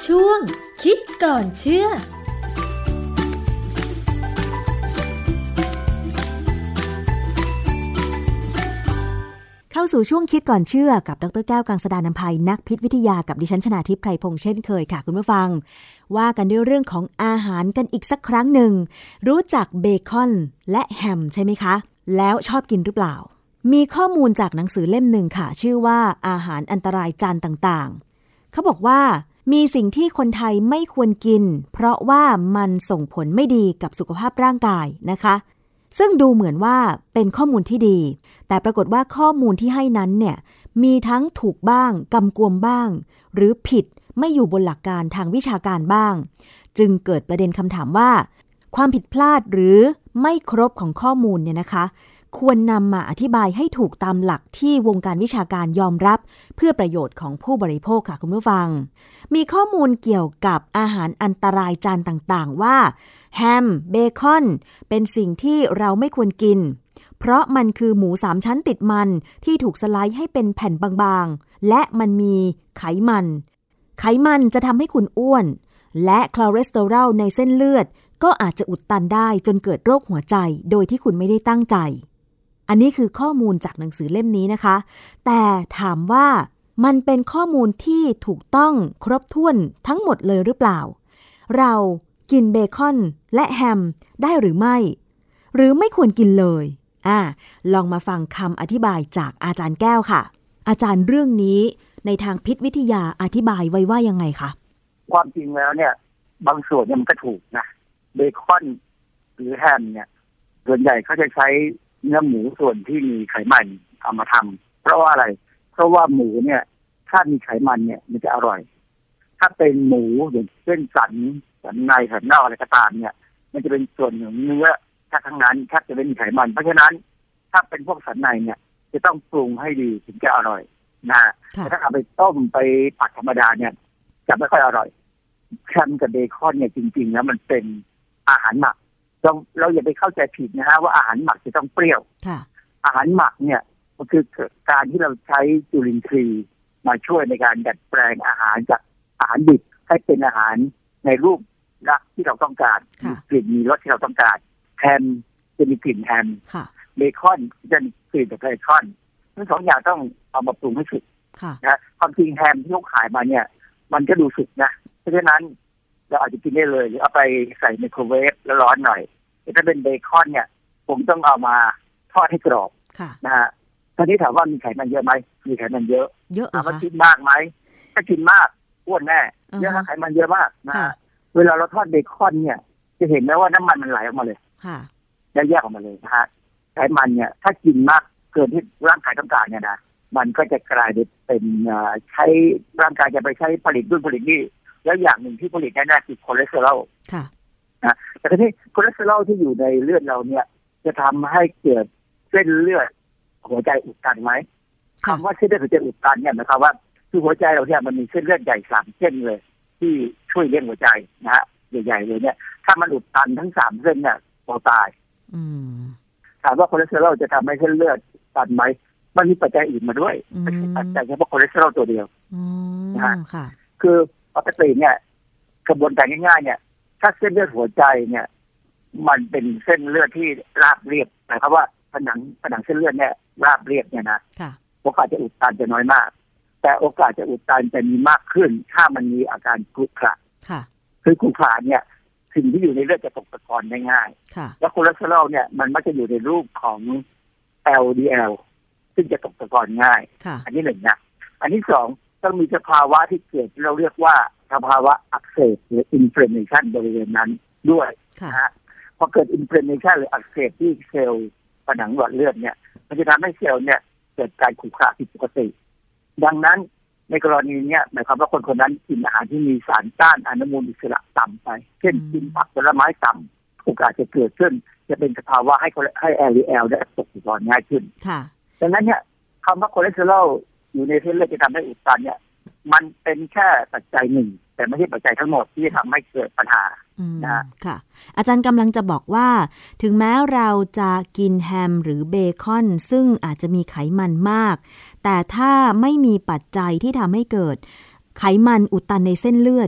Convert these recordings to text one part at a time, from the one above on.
ช่วงคิดก่อนเชื่อเข้าสู่ช่วงคิดก่อนเชื่อกับดร.แก้วกังสดาลอำไพนักพิษวิทยากับดิฉันชนาทิพย์ไพรพงษ์เช่นเคยค่ะคุณผู้ฟังว่ากันด้วยเรื่องของอาหารกันอีกสักครั้งหนึ่งรู้จักเบคอนและแฮมใช่ไหมคะแล้วชอบกินหรือเปล่ามีข้อมูลจากหนังสือเล่มหนึ่งค่ะชื่อว่าอาหารอันตรายจานต่างๆเขาบอกว่ามีสิ่งที่คนไทยไม่ควรกินเพราะว่ามันส่งผลไม่ดีกับสุขภาพร่างกายนะคะซึ่งดูเหมือนว่าเป็นข้อมูลที่ดีแต่ปรากฏว่าข้อมูลที่ให้นั้นเนี่ยมีทั้งถูกบ้างกำกวมบ้างหรือผิดไม่อยู่บนหลักการทางวิชาการบ้างจึงเกิดประเด็นคำถามว่าความผิดพลาดหรือไม่ครบของข้อมูลเนี่ยนะคะควรนำมาอธิบายให้ถูกตามหลักที่วงการวิชาการยอมรับเพื่อประโยชน์ของผู้บริโภคค่ะคุณผู้ฟังมีข้อมูลเกี่ยวกับอาหารอันตรายจานต่างๆว่าแฮมเบคอนเป็นสิ่งที่เราไม่ควรกินเพราะมันคือหมู3ชั้นติดมันที่ถูกสไลด์ให้เป็นแผ่นบางๆและมันมีไขมันจะทำให้คุณอ้วนและคอเลสเตอรอลในเส้นเลือดก็อาจจะอุดตันได้จนเกิดโรคหัวใจโดยที่คุณไม่ได้ตั้งใจอันนี้คือข้อมูลจากหนังสือเล่มนี้นะคะแต่ถามว่ามันเป็นข้อมูลที่ถูกต้องครบถ้วนทั้งหมดเลยหรือเปล่าเรากินเบคอนและแฮมได้หรือไม่ควรกินเลยลองมาฟังคำอธิบายจากอาจารย์แก้วค่ะอาจารย์เรื่องนี้ในทางพิษวิทยาอธิบายไว้ว่ายังไงคะความจริงแล้วเนี่ยบางส่วนเนี่ยมันก็ถูกนะเบคอนหรือแฮมเนี่ยส่วนใหญ่เขาจะใช้เนื้อหมูส่วนที่มีไขมันเอามาทำเพราะว่าอะไรเพราะว่าหมูเนี่ยถ้ามีไขมันเนี่ยมันจะอร่อยถ้าเป็นหมูอย่างเช่นสันในสันนอกอะไรก็ตามเนี่ยมันจะเป็นส่วนของเนื้อถ้าทั้งนั้นถ้าจะไม่มีไขมันเพราะฉะนั้นถ้าเป็นพวกสันในเนี่ยจะต้องปรุงให้ดีถึงจะอร่อยนะแต่ถ้าเอาไปต้มไปผัดธรรมดาเนี่ยจะไม่ค่อยอร่อยแฮมกับเบคอนเนี่ยจริงๆแล้วมันเป็นอาหารหมักเราอย่าไปเข้าใจผิดนะฮะว่าอาหารหมักจะต้องเปรี้ยวอาหารหมักเนี่ยมันคือการที่เราใช้จุลินทรีย์มาช่วยในการดัดแปลงอาหารจากอาหารดิบให้เป็นอาหารในรูปลักษณ์ที่เราต้องการมีกลิ่นมีรสที่เราต้องการแฮมจะมีกลิ่นแฮมเบคอนจะมีกลิ่นแบบเบคอนทั้งสองอย่างต้องเอามาปรุงให้สุกนะความจริงแฮมที่เขาขายมาเนี่ยมันก็ดูสุกนะเพราะฉะนั้นเราอาจจะกินได้เลยหรือเอาไปใส่ไมโครเวฟแล้วร้อนหน่อยแต่ถ้าเป็นเบคอนเนี่ยผมต้องเอามาทอดให้กรอบนะฮะทีนี้ถามว่ามีไขมันเยอะไหมมีไขมันเยอะถามว่ากินมากไหมถ้ากินมากอ้วนแน่เยอะนะไขมันเยอะมากนะเวลาเราทอดเบคอนเนี่ยจะเห็นไหมว่าน้ำมันไหลออกมาเลยแยกออกมาเลยนะฮะไขมันเนี่ยถ้ากินมากเกินที่ร่างกายต้องการเนี่ยนะมันก็จะกลายเป็นใช้ร่างกายจะไปใช้ผลิตนู่นผลิตนี่แล้วอย่างหนึ่งที่ผลิตแน่ๆคือคอเลสเตอรอลนะแต่ทีนี้คอเลสเตอรอลที่อยู่ในเลือดเราเนี่ยจะทำให้เกิดเส้นเลือดหัวใจอุดตันไหมคำว่าเส้นเลือดหัวใจอุดตันเนี่ยนะครับว่าคือหัวใจเราเนี่ยมันมีเส้นเลือดใหญ่3เส้นเลยที่ช่วยเลี้ยงหัวใจนะฮะใหญ่ๆเลยเนี่ยถ้ามันอุดตันทั้ง3เส้นเนี่ยเราตายถามว่าคอเลสเตอรอลจะทำให้เส้นเลือดตันไหมมันมีปัจจัยอื่นมาด้วยไม่ใช่ปัจจัยเฉพาะคอเลสเตอรอลตัวเดียวนะฮะคือปกติเนี่ยกระบวนการง่ายๆเนี่ยถ้าเส้นเลือดหัวใจเนี่ยมันเป็นเส้นเลือดที่ราบเรียบหมายความว่าผนังเส้นเลือดเนี่ยราบเรียบเนี่ยนะโอกาสจะอุดตันจะน้อยมากแต่โอกาสจะอุดตันจะมีมากขึ้นถ้ามันมีอาการขรุขระคือขรุขระเนี่ยสิ่งที่อยู่ในเลือดจะตกตะกอนได้ง่ายแล้วคอเลสเตอรอลเนี่ยมันมักจะอยู่ในรูปของ LDL ซึ่งจะตกตะกอนง่ายอันที่1นะอันที่2ต้องมีสภาวะที่เกิดเราเรียกว่าสภาวะอักเสบหรือ inflammation บริเวณนั้นด้วยนะฮะพอเกิด inflammation หรืออักเสบที่เซลล์ผนังหลอดเลือดเนี่ยมันจะทำให้เซลล์เนี่ยเกิดการขรุขระผิดปกติดังนั้นในกรณีนี้หมายความว่าคนนั้นกินอาหารที่มีสารต้านอนุมูลอิสระต่ำไปเช่นกินผักผลไม้ต่ำโอกาสจะเกิดขึ้นจะเป็นสภาวะให้ LDL ได้ตกตะกอนง่ายขึ้นดังนั้นเนี่ยคำว่าคอเลสเตอรอลอยู่ในเส้นเลือดจะทำให้อุดตันเนี่ยมันเป็นแค่ปัจจัยหนึ่งแต่ไม่ใช่ปัจจัยทั้งหมดที่จะทำให้เกิดปัญหาค่ะอาจารย์กำลังจะบอกว่าถึงแม้เราจะกินแฮมหรือเบคอนซึ่งอาจจะมีไขมันมากแต่ถ้าไม่มีปัจจัยที่ทำให้เกิดไขมันอุดตันในเส้นเลือด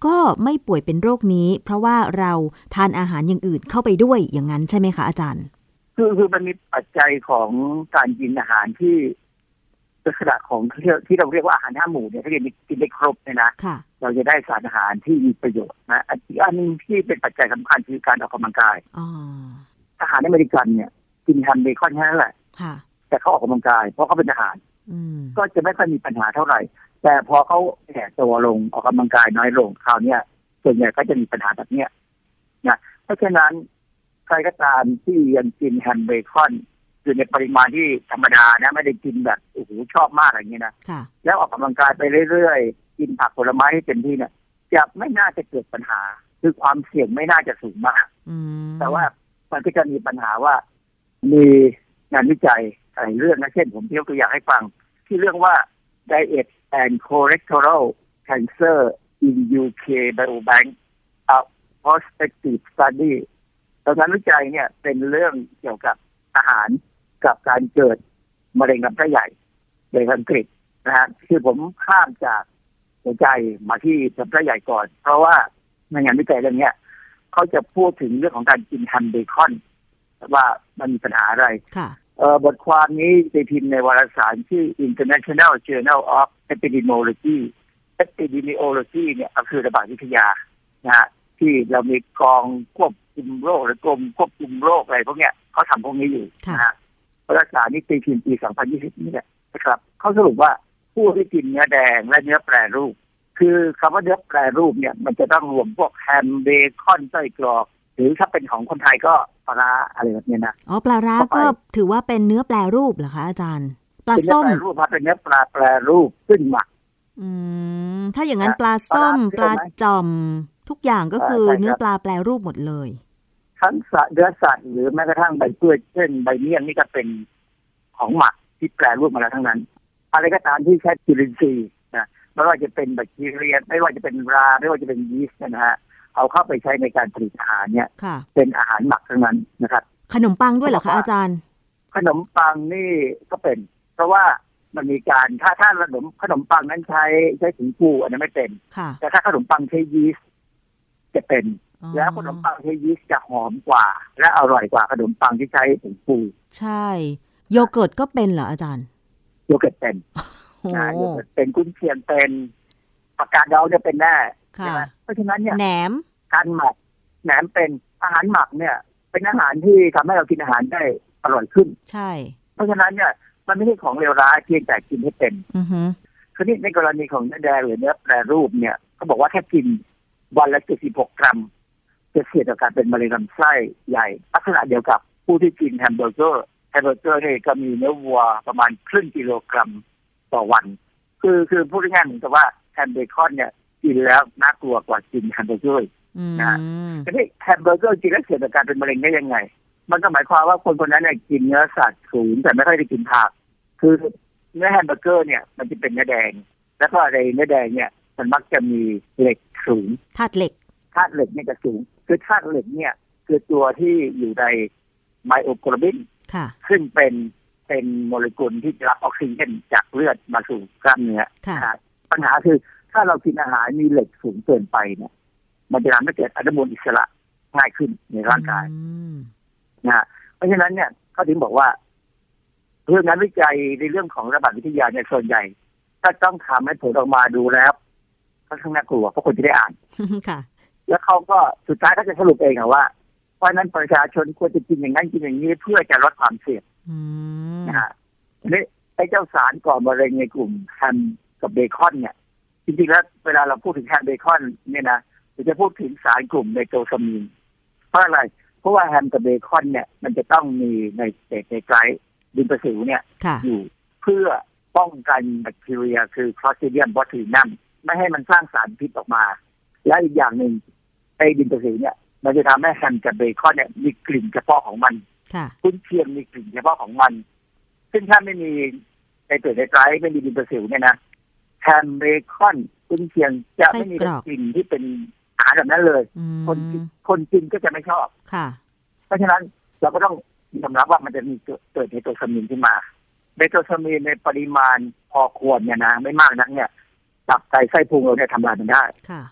ก็ไม่ป่วยเป็นโรคนี้เพราะว่าเราทานอาหารอย่างอื่นเข้าไปด้วยอย่างนั้นใช่ไหมคะอาจารย์คือมันมีปัจจัยของการกินอาหารที่ลักษณะของที่เราเรียกว่าอาหาร5 หมู่เนี่ยถ้ากินได้ครบเนี่ยนะเราจะได้สารอาหารที่มีประโยชน์นะอีกอันนึงที่เป็นปัจจัยสำคัญคือการออกกำลังกายอาหารอเมริกันเนี่ยกินแฮมเบคอนแค่นั้นแหละแต่เขาออกกำลังกายเพราะเขาเป็นทหารก็จะไม่ค่อยมีปัญหาเท่าไหร่แต่พอเขาแก่ตัวลงออกกำลังกายน้อยลงคราวนี้ส่วนใหญ่ก็จะมีปัญหาแบบนี้นะเพราะฉะนั้นใครก็ตามที่ยังกินแฮมเบคอนอยู่ในปริมาณที่ธรรมดานะไม่ได้กินแบบโอ้โหชอบมากอะไรอย่างนี้นะแล้วออกกำลังกายไปเรื่อยๆกินผักผลไม้ให้เต็มที่เนี่ยจะไม่น่าจะเกิดปัญหาคือความเสี่ยงไม่น่าจะสูงมากแต่ว่ามันก็จะมีปัญหาว่ามีงานวิจัยอะไรเรื่องนะเช่นผมยกตัวอย่างให้ฟังที่เรื่องว่า Diet and Colorectal Cancer in UK Biobank a Prospective Study ตอนนั้นวิจัยเนี่ยเป็นเรื่องเกี่ยวกับอาหารกับการเกิดมะเร็งลำไส้ใหญ่ในอังกฤษนะฮะคือผมข้ามจากหัวใจมาที่ลำไส้ใหญ่ก่อนเพราะว่าในงานวิจัยเรื่องนี้เขาจะพูดถึงเรื่องของการกินแฮมเบคอนว่ามันมีปัญหาอะไรบทความนี้ไปพิมพ์ในวารสารชื่อ International Journal of Epidemiology เนี่ยคือระบาดวิทยานะฮะที่เรามีกองควบคุมโรคหรือกรมควบคุมโรคอะไรพวกเนี้ยเขาทำพวกนี้อยู่นะฮะวารสารนี้ตีพิมพ์ปี 2020 นี่แหละนะครับเขาสรุปว่าผู้ที่กินเนื้อแดงและเนื้อแปรรูปคือคำว่าเนื้อแปรรูปเนี่ยมันจะต้องรวมพวกแฮมเบคอนไส้กรอกหรือถ้าเป็นของคนไทยก็ปลาร้าอะไรแบบนี้นะปลาร้าก็ถือว่าเป็นเนื้อแปรรูปเหรอคะอาจารย์ปลาส้มแปรรูปเป็นเนื้อปลาแปรรูปขึ้นหมักถ้าอย่างนั้นปลาส้มปลาจ่อมทุกอย่างก็คือเนื้อปลาแปรรูปหมดเลยทั้งเนื้อสัตว์หรือแม้กระทั่งใบกล้วยเช่นใบเมี่ยงนี่ก็เป็นของหมักที่แปรรูปมาแล้วทั้งนั้นอะไรก็ตามที่ใช้จุลินทรีย์นะไม่ว่าจะเป็นแบคทีเรียไม่ว่าจะเป็นราไม่ว่าจะเป็นยีสต์นะฮะเอาเข้าไปใช้ในการผลิตอาหารเนี่ยเป็นอาหารหมักทั้งนั้นนะครับขนมปังด้วยเหรอคะอาจารย์ขนมปังนี่ก็เป็นเพราะว่ามันมีการถ้าขนมปังนั้นใช้ถุงฟูอันนั้นไม่เป็นแต่ถ้าขนมปังใช้ยีสต์จะเป็นแล้วขนมปังใช้ยีสต์จะหอมกว่าและอร่อยกว่าขนมปังที่ใช้ถุงฟูใช่โยเกิร์ตก็เป็นเหรออาจารย์โยเกิร์ตเป็นโยเกิร์ตเป็นกุนเชียงเป็นผักกาดดองเนี่ยเป็นแน่ใช่ไหมเพราะฉะนั้นเนี่ยแหนมการหมักแหนมเป็นอาหารหมักเนี่ยเป็นอาหารที่ทำให้เรากินอาหารได้อร่อยขึ้นใช่เพราะฉะนั้นเนี่ยมันไม่ใช่ของเลวร้ายเพียงแต่กินให้เป็นคราวนี้ในกรณีของเนื้อแดงหรือเนื้อแปรรูปเนี่ยเขาบอกว่าถ้ากินวันละ76 กรัมจะเสี่ยงต่อการเป็นมะเร็งลำไส้ใหญ่ลักษณะเดียวกับผู้ที่กินแฮมเบอร์เกอร์เนี่ยก็มีเนื้อวัวประมาณครึ่งกิโลกรัมต่อวันคือพูดง่ายๆเหมือนกับว่าแฮมเบคอนเนี่ยกินแล้วน่ากลัวกว่ากินแฮมเบอร์เกอร์นะทีนี้แฮมเบอร์เกอร์กินแล้วเสี่ยงต่อการเป็นมะเร็งได้ยังไงมันก็หมายความว่าคนนั้นเนี่ยกินเนื้อสัตว์สูงแต่ไม่ค่อยได้กินผักคือเนื้อแฮมเบอร์เกอร์เนี่ยมันจะเป็นเนื้อแดงแล้วก็ในเนื้อแดงเนี่ยมันมักจะมีเหล็กสูงธาตุเหล็กเนี่ยจะสูงคือธาตุเหล็กเนี่ยคือตัวที่อยู่ในไมโอโกลบินซึ่งเป็นโมเลกุลที่รับออกซิเจนจากเลือดมาสู่กล้ามเนื้อปัญหาคือถ้าเรากินอาหารมีเหล็กสูงเกินไปเนี่ยมันจะทำให้เกิดอนุมูลอิสระง่ายขึ้นในร่างกายนะเพราะฉะนั้นเนี่ยเขาถึงบอกว่าเรื่องงานวิจัยในเรื่องของระบาดวิทยาเนี่ยส่วนใหญ่ถ้าต้องทำให้ผลออกมาดูแล้วค่อนข้างน่ากลัวเพราะคนจะได้อ่านค่ะแล้วเขาก็สุดท้ายก็จะสรุปเองว่าเพราะนั้นประชาชนควรจะกินอย่างนั้นกินอย่างนี้เพื่อจะลดความเสี่ยงนะฮะนี่ไอ้เจ้าสารก่อมะเร็งในกลุ่มแฮมกับเบคอนเนี่ยจริงๆแล้วเวลาเราพูดถึงแฮมเบคอนเนี่ยนะเราจะพูดถึงสารกลุ่มไนโตรซามีนเพราะอะไรเพราะว่าแฮมกับเบคอนเนี่ยมันจะต้องมีในไกลดินประสิวเนี่ยอยู่เพื่อป้องกันแบคทีเรียคือ Clostridium botulinum ไม่ให้มันสร้างสารพิษออกมาและอีกอย่างหนึ่งไอ้ดินประสิวเนี่ยมันจะทำให้แฮมกับเบคอนเนี่ยมีกลิ่นเฉพาะของมันกุนเชียงมีกลิ่นเฉพาะของมันซึ่งถ้าไม่มีในเปลือกในไกลไม่มีดินประสิวเนี่ยนะแฮมเบคอนกุนเชียงจะไม่มีกลิ่นที่เป็นอาหารแบบนั้นเลยคนกินก็จะไม่ชอบเพราะฉะนั้นเราก็ต้องยอมรับว่ามันจะมีเกิดไนโตรซามีนขึ้นมาไนโตรซามีนในปริมาณพอควรเนี่ยนะไม่มากนักเนี่ยตับไตไส้พุงเราเนี่ยทำลายมันได้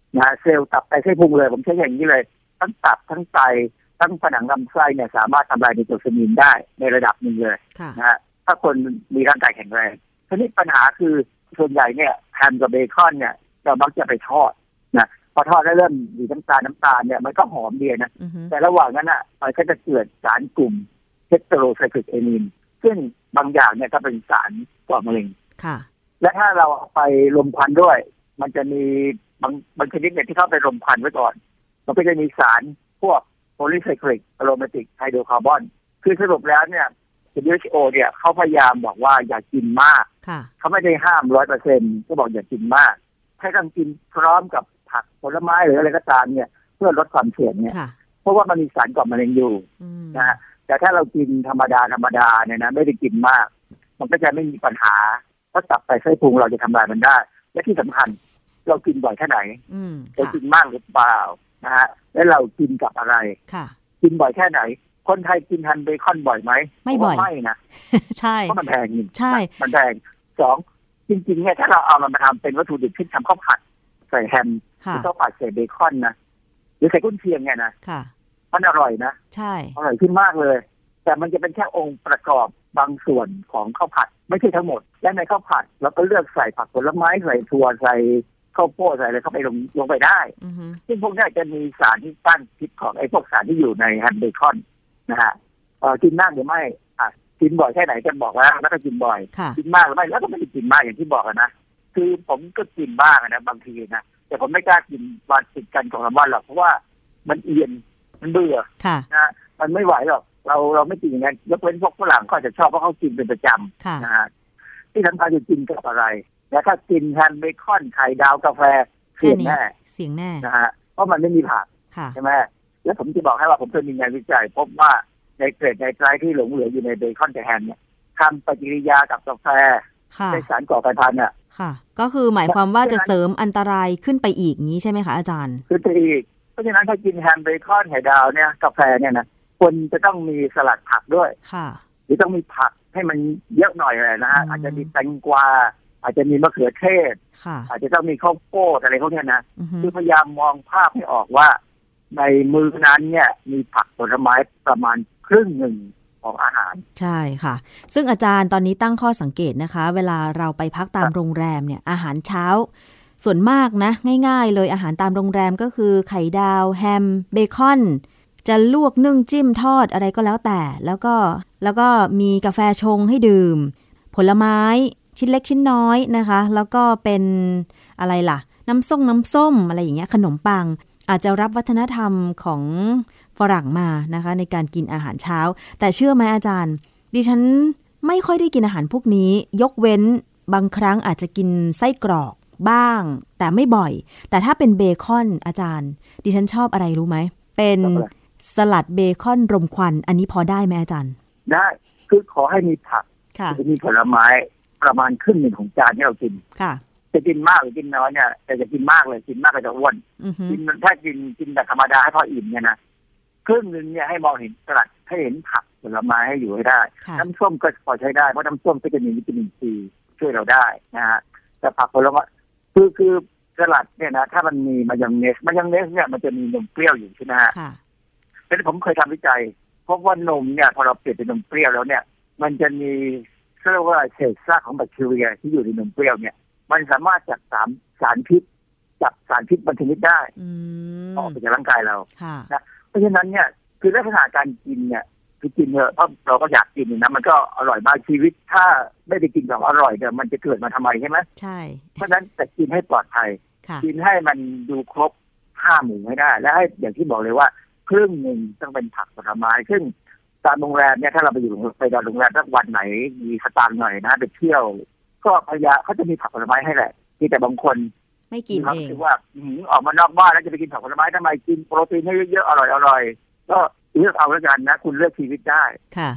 นะเซลล์ตับไตไส้พุงเลยผมใช้อย่างนี้เลยทั้งตับทั้งไตทั้งผนังลำไส้เนี่ยสามารถทำลายไนโตรซามีนได้ในระดับหนึ่งเลยนะฮะถ้าคนมีร่างกายแข็งแรงทีนี้ปัญหาคือส่วนใหญ่เนี่ยแฮมกับเบคอนเนี่ยเรามักจะไปทอดนะพอทอดแล้วเริ่มมีน้ำตาลเนี่ยมันก็หอมดีนะแต่ระหว่างนั้นอ่ะมันก็จะเกิดสารกลุ่มเฮตโรไซคลิกเอมีนซึ่งบางอย่างเนี่ยก็เป็นสารก่อมะเร็งและถ้าเราไปลมควันด้วยมันจะมีบางชนิดเนี่ยที่เข้าไปลมควันไว้ก่อนมันก็จะมีสารพวกโพลีไซคลิกอะโรมาติกไฮโดรคาร์บอนคือสรุปแล้วเนี่ย WHO เนี่ยเขาพยายามบอกว่าอย่ากินมากเขาไม่ได้ห้าม 100% ก็บอกอย่ากินมากให้ต้องกินพร้อมกับผักผลไม้หรืออะไรก็ตามเนี่ยเพื่อลดความเสี่ยงเนี่ยเพราะว่ามันมีสารก่อมะเร็งอยู่นะแต่ถ้าเรากินธรรมดาเนี่ยนะไม่ได้กินมากมันก็จะไม่มีปัญหาเพราะตับไตไส้พุงเราจะทำลายมันได้และที่สำคัญเรากินบ่อยแค่ไหนเรากินมากหรือเปล่านะฮะและเรากินกับอะไรกินบ่อยแค่ไหนคนไทยกินแฮมเบคอนบ่อยไหมไม่บ่อยไม่นะใช่เพราะมันแพงจริงใช่มันแพงสองจริงๆเนี่ยถ้าเราเอามันมาทำเป็นวัตถุดิบที่ทำข้าวผัดใส่แฮมหรือข้าวผัดใส่เบคอนนะหรือใส่กุ้งเชียงเนี่ยนะมันอร่อยนะใช่อร่อยขึ้นมากเลยแต่มันจะเป็นแค่องค์ประกอบบางส่วนของข้าวผัดไม่ใช่ทั้งหมดและในข้าวผัดเราก็เลือกใส่ผักผลไม้ใส่ถั่วใส่ข้าวโพดใส่อะไรเข้าไปลงไปได้ซึ่งพวกนี้จะมีสารที่ต้านพิษของไอ้พวกสารที่อยู่ในแฮมเบคอนนะฮะกินมากหรือไม่กินบ่อยแค่ไหนจะบอกแล้วก็กินบ่อยกินมากหรือไม่แล้วก็ไม่ได้กินมากอย่างที่บอกนะคือผมก็กินบ้างนะบางทีนะแต่ผมไม่กล้ากินวันติดกันของละวันหรอกเพราะว่ามันเอียนมันเบื่อนะมันไม่ไหวหรอกเราไม่กินอย่างนั้นยกเว้นพวกฝรั่งเขาจะชอบเพราะเขากินเป็นประจำนะฮะที่สำคัญจะกินกับอะไรแล้วถ้ากินแฮมเบคอนไข่ดาวกาแฟเสี่ยงแน่นะฮะเพราะมันไม่มีผักใช่ไหมแล้วผมจะบอกให้ว่าผมเคยมีงานวิจัยพบว่าในเกรดในไตรที่หลงเหลืออยู่ในเบคอนกับแฮมเนี่ยทำปฏิกิริยากับกาแฟในสารก่อการพันธุ์ค่ะก็คือหมายความว่าจะเสริมอันตรายขึ้นไปอีกนี้ใช่ไหมคะอาจารย์ขึ้นไปอีกเพราะฉะนั้นถ้ากินแฮมเบคอนไข่ดาวเนี่ยกาแฟเนี่ยนะควรจะต้องมีสลัดผักด้วยหรือต้องมีผักให้มันเยอะหน่อยเลยนะฮะอาจจะมีแตงกวาอาจจะมีมะเขือเทศอาจจะต้องมีข้าวโพดอะไรพวกนี้นะคือพยายามมองภาพให้ออกว่าในมื้อนั้นเนี่ยมีผักผลไม้ประมาณครึ่งหนึ่งของอาหารใช่ค่ะซึ่งอาจารย์ตอนนี้ตั้งข้อสังเกตนะคะเวลาเราไปพักตามโรงแรมเนี่ยอาหารเช้าส่วนมากนะง่ายๆเลยอาหารตามโรงแรมก็คือไข่ดาวแฮมเบคอนจะลวกนึ่งจิ้มทอดอะไรก็แล้วแต่แล้วก็มีกาแฟชงให้ดื่มผลไม้ชิ้นเล็กชิ้นน้อยนะคะแล้วก็เป็นอะไรล่ะน้ำส้มอะไรอย่างเงี้ยขนมปังอาจจะรับวัฒนธรรมของฝรั่งมานะคะในการกินอาหารเช้าแต่เชื่อไหมอาจารย์ดิฉันไม่ค่อยได้กินอาหารพวกนี้ยกเว้นบางครั้งอาจจะกินไส้กรอกบ้างแต่ไม่บ่อยแต่ถ้าเป็นเบคอนอาจารย์ดิฉันชอบอะไรรู้ไหมเป็นสลัดเบคอนรมควันอันนี้พอได้ไหมอาจารย์ได้คือขอให้มีผักมีผลไม้ประมาณครึ่งหนึ่งของจานที่เรากินจะกินมากหรือกินน้อยเนี่ยแต่จะกินมากเลยกินมากก็จะอ้วนกินถ้ากินแบบธรรมดาให้พออิ่มเนี่ยนะครึ่งนึงเนี่ยให้มองเห็นสลัดให้เห็นผักผลไม้ให้อยู่ให้ได้น้ำส้มก็พอใช้ได้เพราะน้ำส้มก็จะมีวิตามินซีช่วยเราได้นะฮะแต่ผักผลไม้คือสลัดเนี่ยนะถ้ามันมีมายองเนสเนี่ยมันจะมีนมเปรี้ยวอยู่ใช่ไหมฮะเป็นผมเคยทำวิจัยพบว่านมเนี่ยพอเราเปลี่ยนเป็นนมเปรี้ยวแล้วเนี่ยมันจะมีเรียกว่าเศษซากของแบคทีเรียที่อยู่ในนมเปรี้ยวเนี่ยมันสามารถจับสารพิษบางชนิดได้ออกไปจากร่างกายเรานะเพราะฉะนั้นเนี่ยคือลักษณะการกินเนี่ยคือกินเถอะเพราะเราก็อยากกินนะมันก็อร่อยมากชีวิตถ้าไม่ได้กินของอร่อยเดี๋ยวมันจะเกิดมาทำไมใช่ไหมใช่เพราะฉะนั้นแต่กินให้ปลอดภัยกินให้มันดูครบ5 หมู่ให้ได้และให้อย่างที่บอกเลยว่าครึ่งหนึ่งต้องเป็นผักผลไม้ซึ่งตามโรงแรมเนี่ยถ้าเราไปอยู่ไปนอนโรงแรมสักวันไหนมีสตางค์หน่อยนะไปเที่ยวก็พยายามเขาจะมีผักผลไม้ให้แหละที่แต่บางคนไม่กินเองคือว่าออกมานอกบ้านแล้วจะไปกินผักผลไม้ทำไมกินโปรตีนให้เยอะๆอร่อยก็เลือกเอาแล้วกันนะคุณเลือกชีวิตได้ค่ะ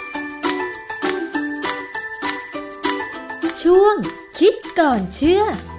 ช่วงคิดก่อนเชื่อ